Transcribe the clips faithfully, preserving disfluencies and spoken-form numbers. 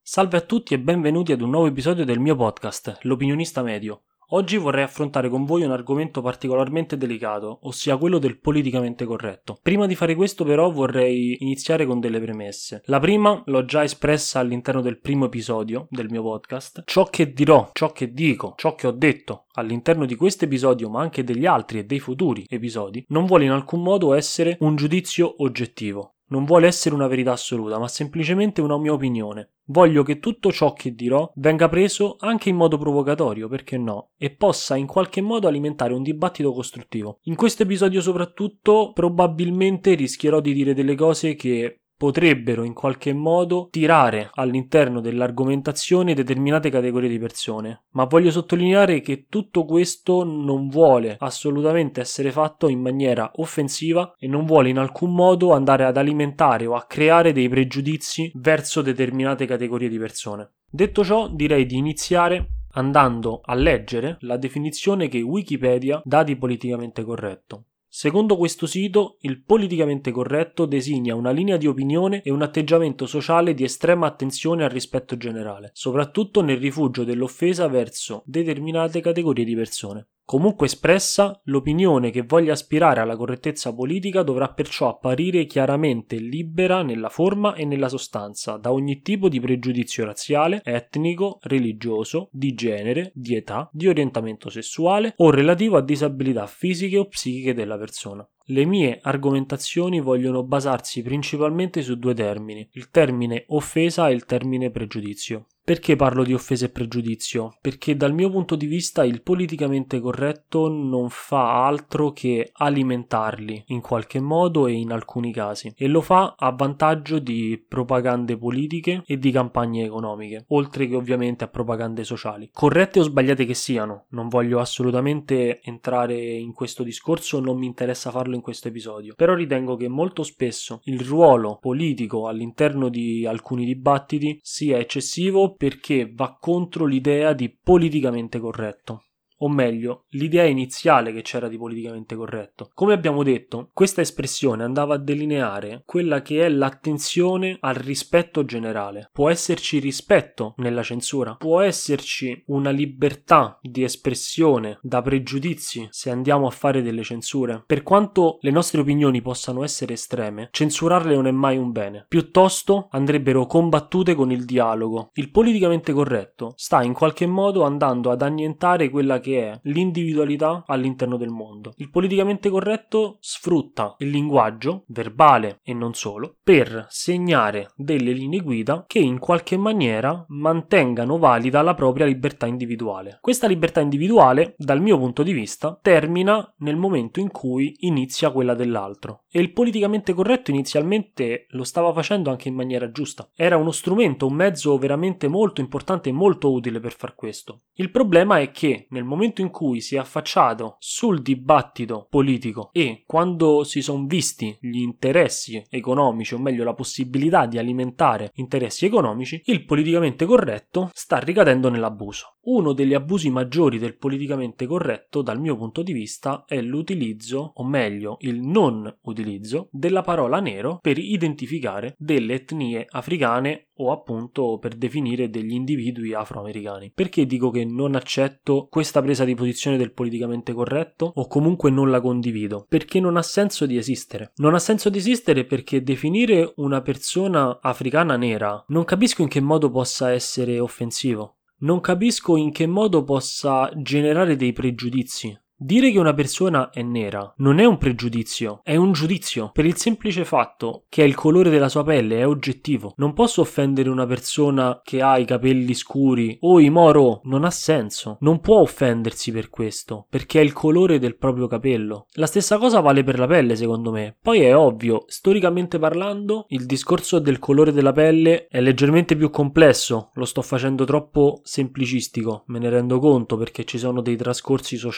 Salve a tutti e benvenuti ad un nuovo episodio del mio podcast, L'Opinionista Medio. Oggi vorrei affrontare con voi un argomento particolarmente delicato, ossia quello del politicamente corretto. Prima di fare questo però vorrei iniziare con delle premesse. La prima l'ho già espressa all'interno del primo episodio del mio podcast. Ciò che dirò, ciò che dico, ciò che ho detto all'interno di questo episodio, ma anche degli altri e dei futuri episodi, non vuole in alcun modo essere un giudizio oggettivo. Non vuole essere una verità assoluta, ma semplicemente una mia opinione. Voglio che tutto ciò che dirò venga preso anche in modo provocatorio, perché no, e possa in qualche modo alimentare un dibattito costruttivo. In questo episodio soprattutto probabilmente rischierò di dire delle cose che potrebbero in qualche modo tirare all'interno dell'argomentazione determinate categorie di persone, ma voglio sottolineare che tutto questo non vuole assolutamente essere fatto in maniera offensiva e non vuole in alcun modo andare ad alimentare o a creare dei pregiudizi verso determinate categorie di persone. Detto ciò, direi di iniziare andando a leggere la definizione che Wikipedia dà di politicamente corretto. Secondo questo sito, il politicamente corretto designa una linea di opinione e un atteggiamento sociale di estrema attenzione al rispetto generale, soprattutto nel rifugio dell'offesa verso determinate categorie di persone. Comunque espressa, l'opinione che voglia aspirare alla correttezza politica dovrà perciò apparire chiaramente libera nella forma e nella sostanza da ogni tipo di pregiudizio razziale, etnico, religioso, di genere, di età, di orientamento sessuale o relativo a disabilità fisiche o psichiche della persona. Le mie argomentazioni vogliono basarsi principalmente su due termini, il termine offesa e il termine pregiudizio. Perché parlo di offesa e pregiudizio? Perché dal mio punto di vista il politicamente corretto non fa altro che alimentarli in qualche modo e in alcuni casi, e lo fa a vantaggio di propagande politiche e di campagne economiche, oltre che ovviamente a propagande sociali. Corrette o sbagliate che siano, non voglio assolutamente entrare in questo discorso, non mi interessa farlo in questo episodio, però ritengo che molto spesso il ruolo politico all'interno di alcuni dibattiti sia eccessivo perché va contro l'idea di politicamente corretto. O meglio, l'idea iniziale che c'era di politicamente corretto. Come abbiamo detto, questa espressione andava a delineare quella che è l'attenzione al rispetto generale. Può esserci rispetto nella censura, può esserci una libertà di espressione da pregiudizi se andiamo a fare delle censure. Per quanto le nostre opinioni possano essere estreme, censurarle non è mai un bene. Piuttosto andrebbero combattute con il dialogo. Il politicamente corretto sta in qualche modo andando ad annientare quella che che è l'individualità all'interno del mondo. Il politicamente corretto sfrutta il linguaggio, verbale e non solo, per segnare delle linee guida che in qualche maniera mantengano valida la propria libertà individuale. Questa libertà individuale, dal mio punto di vista, termina nel momento in cui inizia quella dell'altro. E il politicamente corretto inizialmente lo stava facendo anche in maniera giusta. Era uno strumento, un mezzo veramente molto importante e molto utile per far questo. Il problema è che nel momento in cui si è affacciato sul dibattito politico e quando si sono visti gli interessi economici, o meglio la possibilità di alimentare interessi economici, il politicamente corretto sta ricadendo nell'abuso. Uno degli abusi maggiori del politicamente corretto, dal mio punto di vista, è l'utilizzo, o meglio il non utilizzo, della parola nero per identificare delle etnie africane o appunto per definire degli individui afroamericani. Perché dico che non accetto questa presa di posizione del politicamente corretto o comunque non la condivido? Perché non ha senso di esistere. Non ha senso di esistere perché definire una persona africana nera non capisco in che modo possa essere offensivo. Non capisco in che modo possa generare dei pregiudizi. Dire che una persona è nera non è un pregiudizio, è un giudizio, per il semplice fatto che il colore della sua pelle è oggettivo. Non posso offendere una persona che ha i capelli scuri o i moro, non ha senso. Non può offendersi per questo, perché è il colore del proprio capello. La stessa cosa vale per la pelle, secondo me. Poi è ovvio, storicamente parlando, il discorso del colore della pelle è leggermente più complesso, lo sto facendo troppo semplicistico, me ne rendo conto perché ci sono dei trascorsi sociali,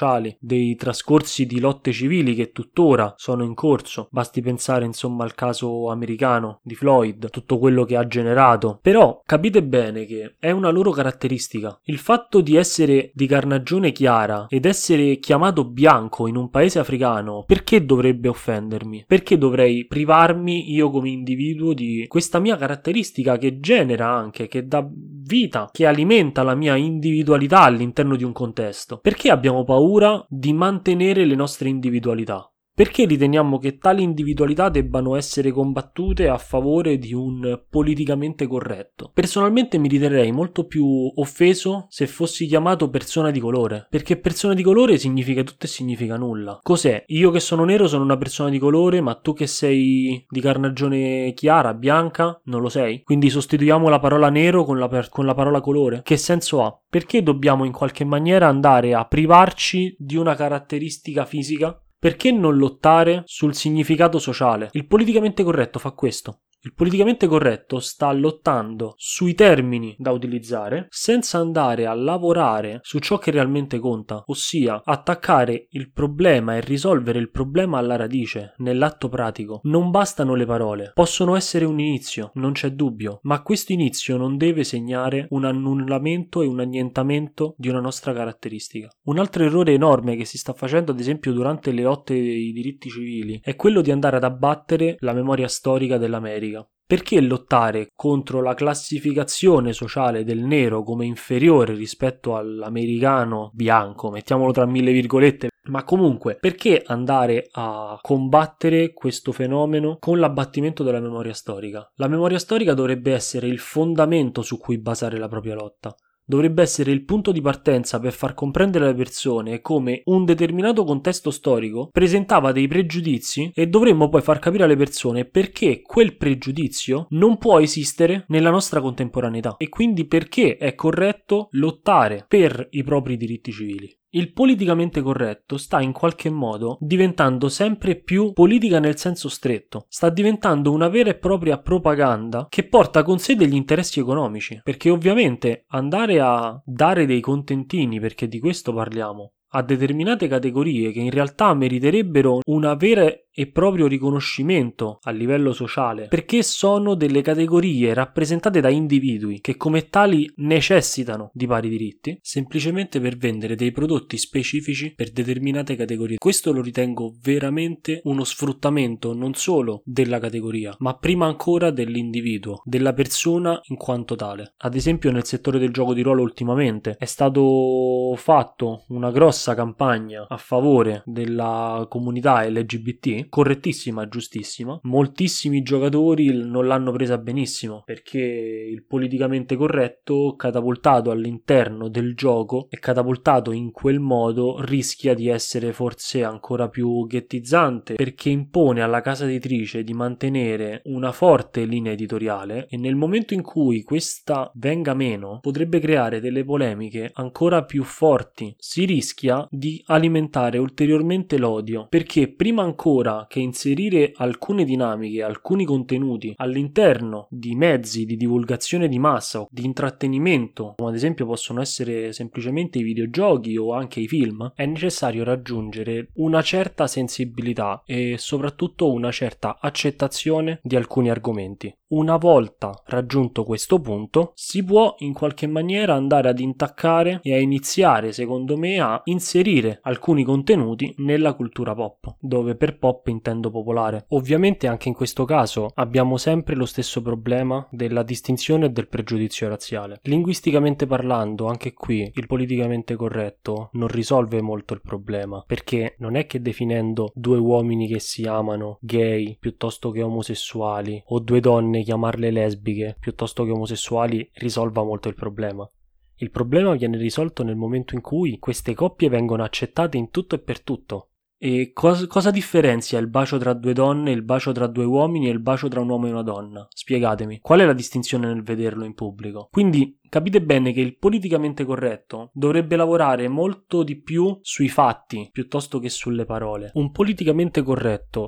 dei trascorsi di lotte civili che tuttora sono in corso. Basti pensare insomma al caso americano di Floyd, tutto quello che ha generato. Però capite bene che è una loro caratteristica. Il fatto di essere di carnagione chiara ed essere chiamato bianco in un paese africano, perché dovrebbe offendermi? Perché dovrei privarmi io come individuo di questa mia caratteristica che genera anche, che dà vita, che alimenta la mia individualità all'interno di un contesto? Perché abbiamo paura di mantenere le nostre individualità? Perché riteniamo che tali individualità debbano essere combattute a favore di un politicamente corretto? Personalmente mi riterrei molto più offeso se fossi chiamato persona di colore, perché persona di colore significa tutto e significa nulla. Cos'è? Io che sono nero sono una persona di colore, ma tu che sei di carnagione chiara, bianca, non lo sei? Quindi sostituiamo la parola nero con la, per- con la parola colore? Che senso ha? Perché dobbiamo in qualche maniera andare a privarci di una caratteristica fisica? Perché non lottare sul significato sociale? Il politicamente corretto fa questo. Il politicamente corretto sta lottando sui termini da utilizzare senza andare a lavorare su ciò che realmente conta, ossia attaccare il problema e risolvere il problema alla radice, nell'atto pratico. Non bastano le parole, possono essere un inizio, non c'è dubbio, ma questo inizio non deve segnare un annullamento e un annientamento di una nostra caratteristica. Un altro errore enorme che si sta facendo ad esempio durante le lotte dei diritti civili è quello di andare ad abbattere la memoria storica dell'America. Perché lottare contro la classificazione sociale del nero come inferiore rispetto all'americano bianco, mettiamolo tra mille virgolette, ma comunque perché andare a combattere questo fenomeno con l'abbattimento della memoria storica? La memoria storica dovrebbe essere il fondamento su cui basare la propria lotta. Dovrebbe essere il punto di partenza per far comprendere alle persone come un determinato contesto storico presentava dei pregiudizi e dovremmo poi far capire alle persone perché quel pregiudizio non può esistere nella nostra contemporaneità e quindi perché è corretto lottare per i propri diritti civili. Il politicamente corretto sta in qualche modo diventando sempre più politica nel senso stretto, sta diventando una vera e propria propaganda che porta con sé degli interessi economici, perché ovviamente andare a dare dei contentini, perché di questo parliamo, a determinate categorie che in realtà meriterebbero una vera e proprio riconoscimento a livello sociale, perché sono delle categorie rappresentate da individui che come tali necessitano di pari diritti, semplicemente per vendere dei prodotti specifici per determinate categorie. Questo lo ritengo veramente uno sfruttamento non solo della categoria, ma prima ancora dell'individuo, della persona in quanto tale. Ad esempio nel settore del gioco di ruolo ultimamente è stato fatto una grossa campagna a favore della comunità L G B T, correttissima, giustissima. Moltissimi giocatori non l'hanno presa benissimo perché il politicamente corretto catapultato all'interno del gioco e catapultato in quel modo rischia di essere forse ancora più ghettizzante, perché impone alla casa editrice di mantenere una forte linea editoriale e nel momento in cui questa venga meno potrebbe creare delle polemiche ancora più forti. Si rischia di alimentare ulteriormente l'odio, perché prima ancora che inserire alcune dinamiche, alcuni contenuti all'interno di mezzi di divulgazione di massa o di intrattenimento, come ad esempio possono essere semplicemente i videogiochi o anche i film, è necessario raggiungere una certa sensibilità e soprattutto una certa accettazione di alcuni argomenti. Una volta raggiunto questo punto, si può in qualche maniera andare ad intaccare e a iniziare, secondo me, a inserire alcuni contenuti nella cultura pop, dove per pop intendo popolare. Ovviamente anche in questo caso abbiamo sempre lo stesso problema della distinzione e del pregiudizio razziale. Linguisticamente parlando, anche qui il politicamente corretto non risolve molto il problema, perché non è che definendo due uomini che si amano gay piuttosto che omosessuali o due donne chiamarle lesbiche piuttosto che omosessuali risolva molto il problema. Il problema viene risolto nel momento in cui queste coppie vengono accettate in tutto e per tutto. E cosa, cosa differenzia il bacio tra due donne, il bacio tra due uomini e il bacio tra un uomo e una donna? Spiegatemi, qual è la distinzione nel vederlo in pubblico? Quindi capite bene che il politicamente corretto dovrebbe lavorare molto di più sui fatti piuttosto che sulle parole. Un politicamente corretto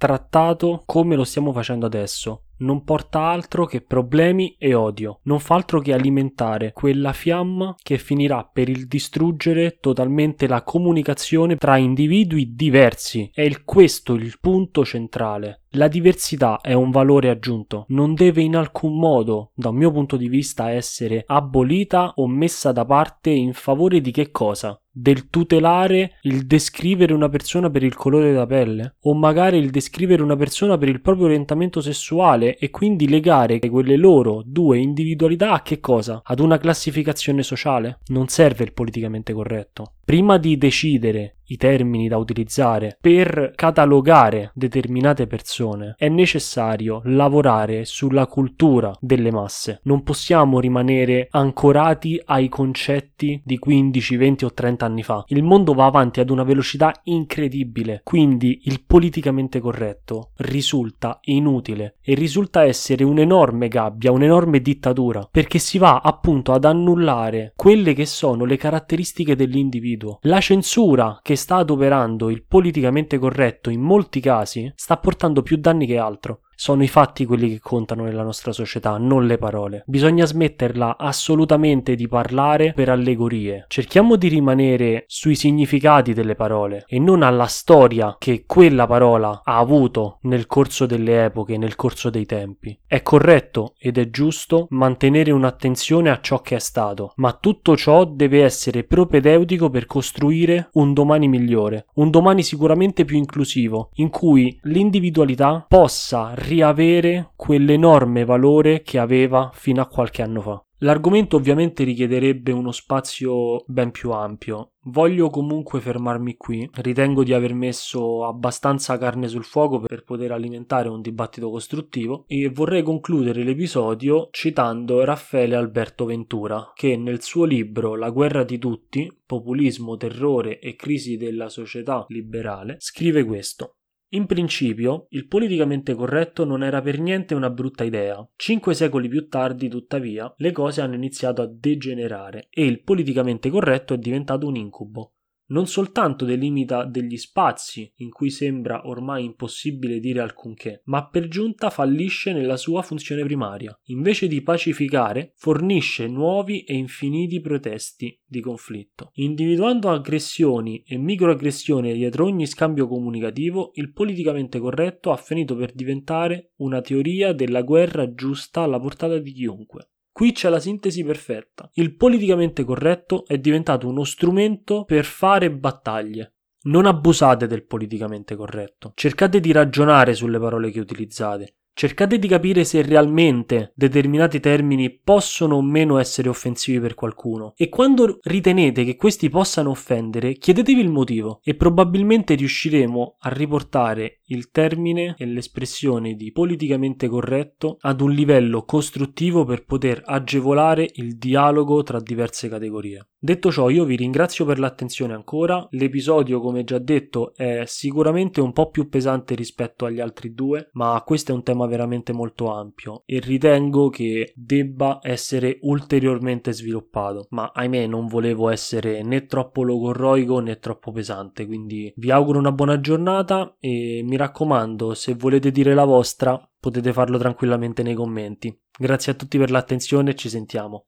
trattato come lo stiamo facendo adesso, non porta altro che problemi e odio, non fa altro che alimentare quella fiamma che finirà per il distruggere totalmente la comunicazione tra individui diversi. È il, questo il punto centrale. La diversità è un valore aggiunto, non deve in alcun modo, da un mio punto di vista, essere abolita o messa da parte in favore di che cosa? Del tutelare il descrivere una persona per il colore della pelle? O magari il descrivere una persona per il proprio orientamento sessuale e quindi legare quelle loro due individualità a che cosa? Ad una classificazione sociale? Non serve il politicamente corretto. Prima di decidere i termini da utilizzare per catalogare determinate persone, è necessario lavorare sulla cultura delle masse. Non possiamo rimanere ancorati ai concetti di quindici, venti o trenta anni fa. Il mondo va avanti ad una velocità incredibile, quindi il politicamente corretto risulta inutile e risulta essere un'enorme gabbia, un'enorme dittatura, perché si va appunto ad annullare quelle che sono le caratteristiche dell'individuo. La censura che sta adoperando il politicamente corretto in molti casi sta portando più danni che altro. Sono i fatti quelli che contano nella nostra società, non le parole. Bisogna smetterla assolutamente di parlare per allegorie. Cerchiamo di rimanere sui significati delle parole e non alla storia che quella parola ha avuto nel corso delle epoche, nel corso dei tempi. È corretto ed è giusto mantenere un'attenzione a ciò che è stato, ma tutto ciò deve essere propedeutico per costruire un domani migliore, un domani sicuramente più inclusivo, in cui l'individualità possa riavere quell'enorme valore che aveva fino a qualche anno fa. L'argomento ovviamente richiederebbe uno spazio ben più ampio. Voglio comunque fermarmi qui. Ritengo di aver messo abbastanza carne sul fuoco per poter alimentare un dibattito costruttivo e vorrei concludere l'episodio citando Raffaele Alberto Ventura, che nel suo libro La guerra di tutti, populismo, terrore e crisi della società liberale, scrive questo. In principio, il politicamente corretto non era per niente una brutta idea. Cinque secoli più tardi, tuttavia, le cose hanno iniziato a degenerare e il politicamente corretto è diventato un incubo. Non soltanto delimita degli spazi in cui sembra ormai impossibile dire alcunché, ma per giunta fallisce nella sua funzione primaria. Invece di pacificare, fornisce nuovi e infiniti pretesti di conflitto. Individuando aggressioni e microaggressioni dietro ogni scambio comunicativo, il politicamente corretto ha finito per diventare una teoria della guerra giusta alla portata di chiunque. Qui c'è la sintesi perfetta. Il politicamente corretto è diventato uno strumento per fare battaglie. Non abusate del politicamente corretto. Cercate di ragionare sulle parole che utilizzate. Cercate di capire se realmente determinati termini possono o meno essere offensivi per qualcuno e quando ritenete che questi possano offendere, chiedetevi il motivo e probabilmente riusciremo a riportare il termine e l'espressione di politicamente corretto ad un livello costruttivo per poter agevolare il dialogo tra diverse categorie. Detto ciò, io vi ringrazio per l'attenzione ancora. L'episodio, come già detto, è sicuramente un po' più pesante rispetto agli altri due, ma questo è un tema veramente molto ampio e ritengo che debba essere ulteriormente sviluppato, ma ahimè non volevo essere né troppo logorroico né troppo pesante, quindi vi auguro una buona giornata e mi raccomando, se volete dire la vostra potete farlo tranquillamente nei commenti. Grazie a tutti per l'attenzione e ci sentiamo.